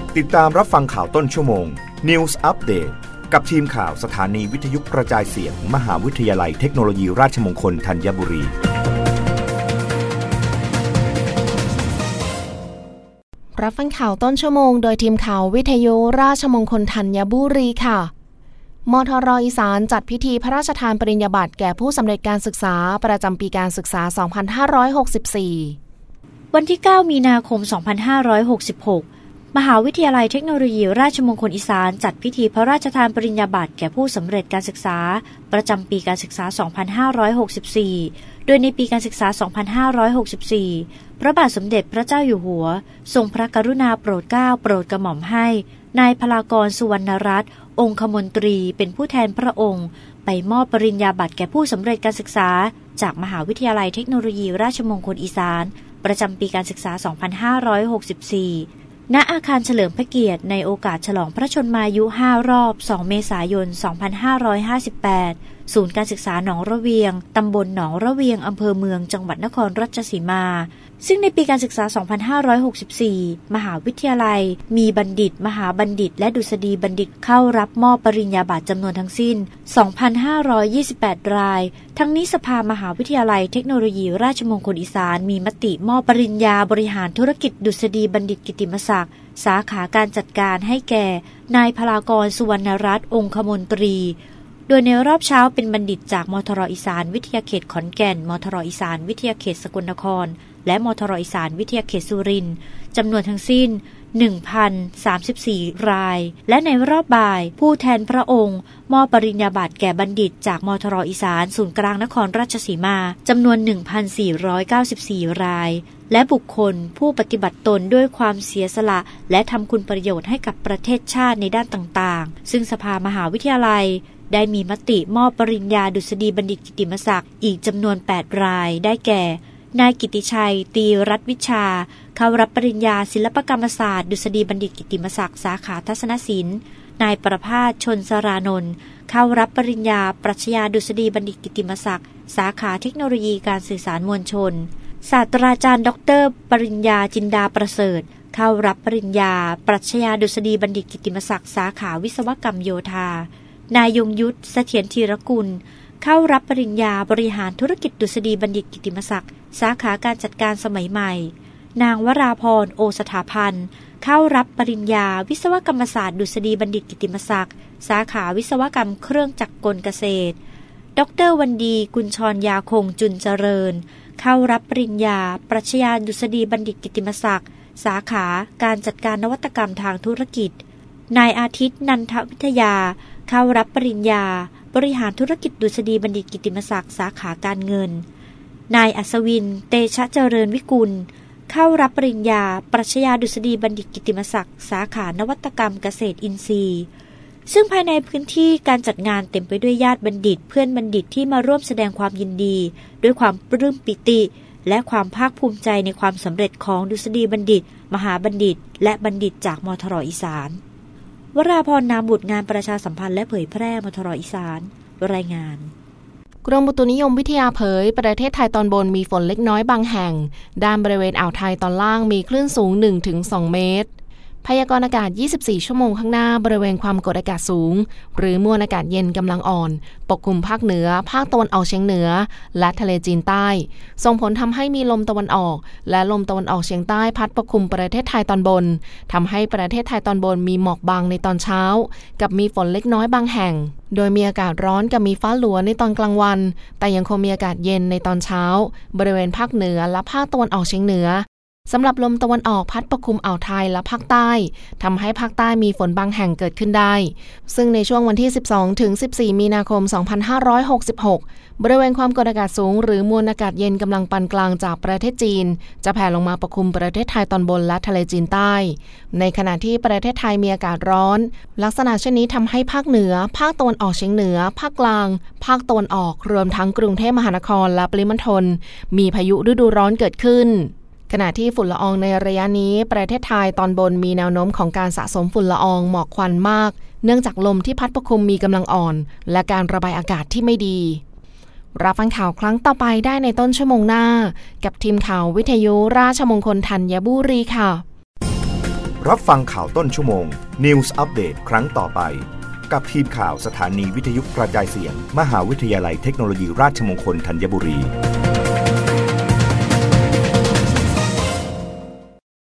ติดตามรับฟังข่าวต้นชั่วโมง News Update กับทีมข่าวสถานีวิทยุกระจายเสียง มหาวิทยาลัยเทคโนโลยีราชมงคลธัญบุรีรับฟังข่าวต้นชั่วโมงโดยทีมข่าววิทยุราชมงคลธัญบุรีค่ะมทร.อีสานจัดพิธีพระราชทานปริญญาบัตรแก่ผู้สำเร็จการศึกษาประจำปีการศึกษา 2564 วันที่ 9 มีนาคม 2566 มหาวิทยาลัยเทคโนโลยีราชมงคลอีสานจัดพิธีพระราชทานปริญญาบัตรแก่ผู้สำเร็จการศึกษาประจำปีการศึกษา 2564 โดยในปีการศึกษา 2564 พระบาทสมเด็จพระเจ้าอยู่หัวทรงพระกรุณาโปรดเกล้าโปรดกระหม่อมให้นายพลากร สุวรรณรัตน์องคมนตรีเป็นผู้แทนพระองค์ไปมอบปริญญาบัตรแก่ผู้สำเร็จการศึกษาจากมหาวิทยาลัยเทคโนโลยีราชมงคลอีสานประจำปีการศึกษา 2564 ณ อาคารเฉลิมพระเกียรติในโอกาสฉลองพระชนมายุ 5 รอบ 2 เมษายน 2558 ศูนย์การศึกษาหนองระเวียง ตำบลหนองระเวียง อำเภอเมือง จังหวัดนครราชสีมา ซึ่งในปีการศึกษา 2564 มหาวิทยาลัยมีบัณฑิต มหาบัณฑิต และดุษฎีบัณฑิตเข้ารับมอบปริญญาบัตรจำนวนทั้งสิ้น 2,528 ราย ทั้งนี้สภามหาวิทยาลัยเทคโนโลยีราชมงคลอีสานมีมติมอบปริญญาบริหารธุรกิจดุษฎีบัณฑิตกิตติมศักดิ์สาขาการจัดการให้แก่นายพลากร สุวรรณรัตน์องคมนตรีโดยในรอบเช้าเป็นบัณฑิตจากมทร.อีสานวิทยาเขตขอนแก่นมทร.อีสานวิทยาเขตสกลนครและมทร.อีสานวิทยาเขตสุรินทร์จำนวนทั้งสิ้น 1,034 รายและในรอบบ่ายผู้แทนพระองค์มอบปริญญาบัตรแก่บัณฑิตจากมทร.อีสานศูนย์กลางนครราชสีมาจำนวน 1,494 รายและบุคคลผู้ปฏิบัติตนด้วยความเสียสละและทำคุณประโยชน์ให้กับประเทศชาติในด้านต่างๆซึ่งสภามหาวิทยาลัยได้มีมติมอบปริญญาดุษฎีบัณฑิตกิตติมศักดิ์อีกจำนวน 8 รายได้แก่นายกิตติชัยตีรัตน์วิชาเข้ารับปริญญาศิลปกรรมศาสตร์ดุษฎีบัณฑิตกิตติมศักดิ์สาขาทัศนศิลป์นายประภาสชนสรานนท์เข้ารับปริญญาปรัชญาดุษฎีบัณฑิตกิตติมศักดิ์สาขาเทคโนโลยีการสื่อสารมวลชนศาสตราจารย์ดร.ปริญญาจินดาประเสริฐเข้ารับปริญญาปรัชญาดุษฎีบัณฑิตกิตติมศักดิ์สาขาวิศวกรรมโยธานายยงยุทธเสถียรธีรกุลเข้ารับปริญญาบริหารธุรกิจดุษฎีบัณฑิตกิตติมศักดิ์สาขาการจัดการสมัยใหม่นางวราพรโอสถาพันธ์เข้ารับปริญญาวิศวกรรมศาสตร์ดุษฎีบัณฑิตกิตติมศักดิ์สาขาวิศวกรรมเครื่องจักรกลเกษตรดร.วันดีกุลชรยาคงจุนเจริญเข้ารับปริญญาปรัชญาดุษฎีบัณฑิตกิตติมศักดิ์สาขาการจัดการนวัตกรรมทางธุรกิจนายอาทิตย์นันทวิทยาเข้ารับปริญญาบริหารธุรกิจดุษฎีบัณฑิตกิตติมศักดิ์สาขาการเงินนายอัศวินเตชะเจริญวิกุลเข้ารับปริญญาปรัชญาดุษฎีบัณฑิตกิตติมศักดิ์สาขานวัตกรรมเกษตรอินทรีย์ซึ่งภายในพื้นที่การจัดงานเต็มไปด้วยญาติบัณฑิตเพื่อนบัณฑิตที่มาร่วมแสดงความยินดีด้วยความปลื้มปิติและความภาคภูมิใจในความสำเร็จของดุษฎีบัณฑิตมหาบัณฑิตและบัณฑิตจากมทร.อีสานวราพรนามบุตรงานประชาสัมพันธ์และเผยแพร่มทร.อีสานรายงานกรมอุตุนิยมวิทยาเผยประเทศไทยตอนบนมีฝนเล็กน้อยบางแห่งด้านบริเวณอ่าวไทยตอนล่างมีคลื่นสูง 1-2 เมตรพยากรณ์อากาศ24ชั่วโมงข้างหน้าบริเวณความกดอากาศสูงหรือมวลอากาศเย็นกำลังอ่อนปกคลุมภาคเหนือภาคตะวันออกเฉียงเหนือและทะเลจีนใต้ส่งผลทำให้มีลมตะวันออกและลมตะวันออกเฉียงใต้พัดปกคลุมประเทศไทยตอนบนทำให้ประเทศไทยตอนบนมีหมอกบางในตอนเช้ากับมีฝนเล็กน้อยบางแห่งโดยมีอากาศร้อนกับมีฟ้าหลัวในตอนกลางวันแต่ยังคงมีอากาศเย็นในตอนเช้าบริเวณภาคเหนือและภาคตะวันออกเฉียงเหนือสำหรับลมตะวันออกพัดปกคลุมอ่าวไทยและภาคใต้ทำให้ภาคใต้มีฝนบางแห่งเกิดขึ้นได้ซึ่งในช่วงวันที่ 12-14 มีนาคม 2566 บริเวณความกดอากาศสูงหรือมวลอากาศเย็นกำลังปานกลางจากประเทศจีนจะแผ่ลงมาปกคลุมประเทศไทยตอนบนและทะเลจีนใต้ในขณะที่ประเทศไทยมีอากาศร้อนลักษณะเช่นนี้ทำให้ภาคเหนือภาคตะวันออกเฉียงเหนือภาคกลางภาคตะวันออกรวมทั้งกรุงเทพมหานครและปริมณฑลมีพายุฤดูร้อนเกิดขึ้นขณะที่ฝุ่นละอองในระยะนี้ประเทศไทยตอนบนมีแนวโน้มของการสะสมฝุ่นละอองหมอกควันมากเนื่องจากลมที่พัดปกคลุมมีกำลังอ่อนและการระบายอากาศที่ไม่ดีรับฟังข่าวครั้งต่อไปได้ในต้นชั่วโมงหน้ากับทีมข่าววิทยุราชมงคลธัญบุรีค่ะรับฟังข่าวต้นชั่วโมง News Update ครั้งต่อไปกับทีมข่าวสถานีวิทยุกระจายเสียงมหาวิทยาลัยเทคโนโลยีราชมงคลธัญบุรี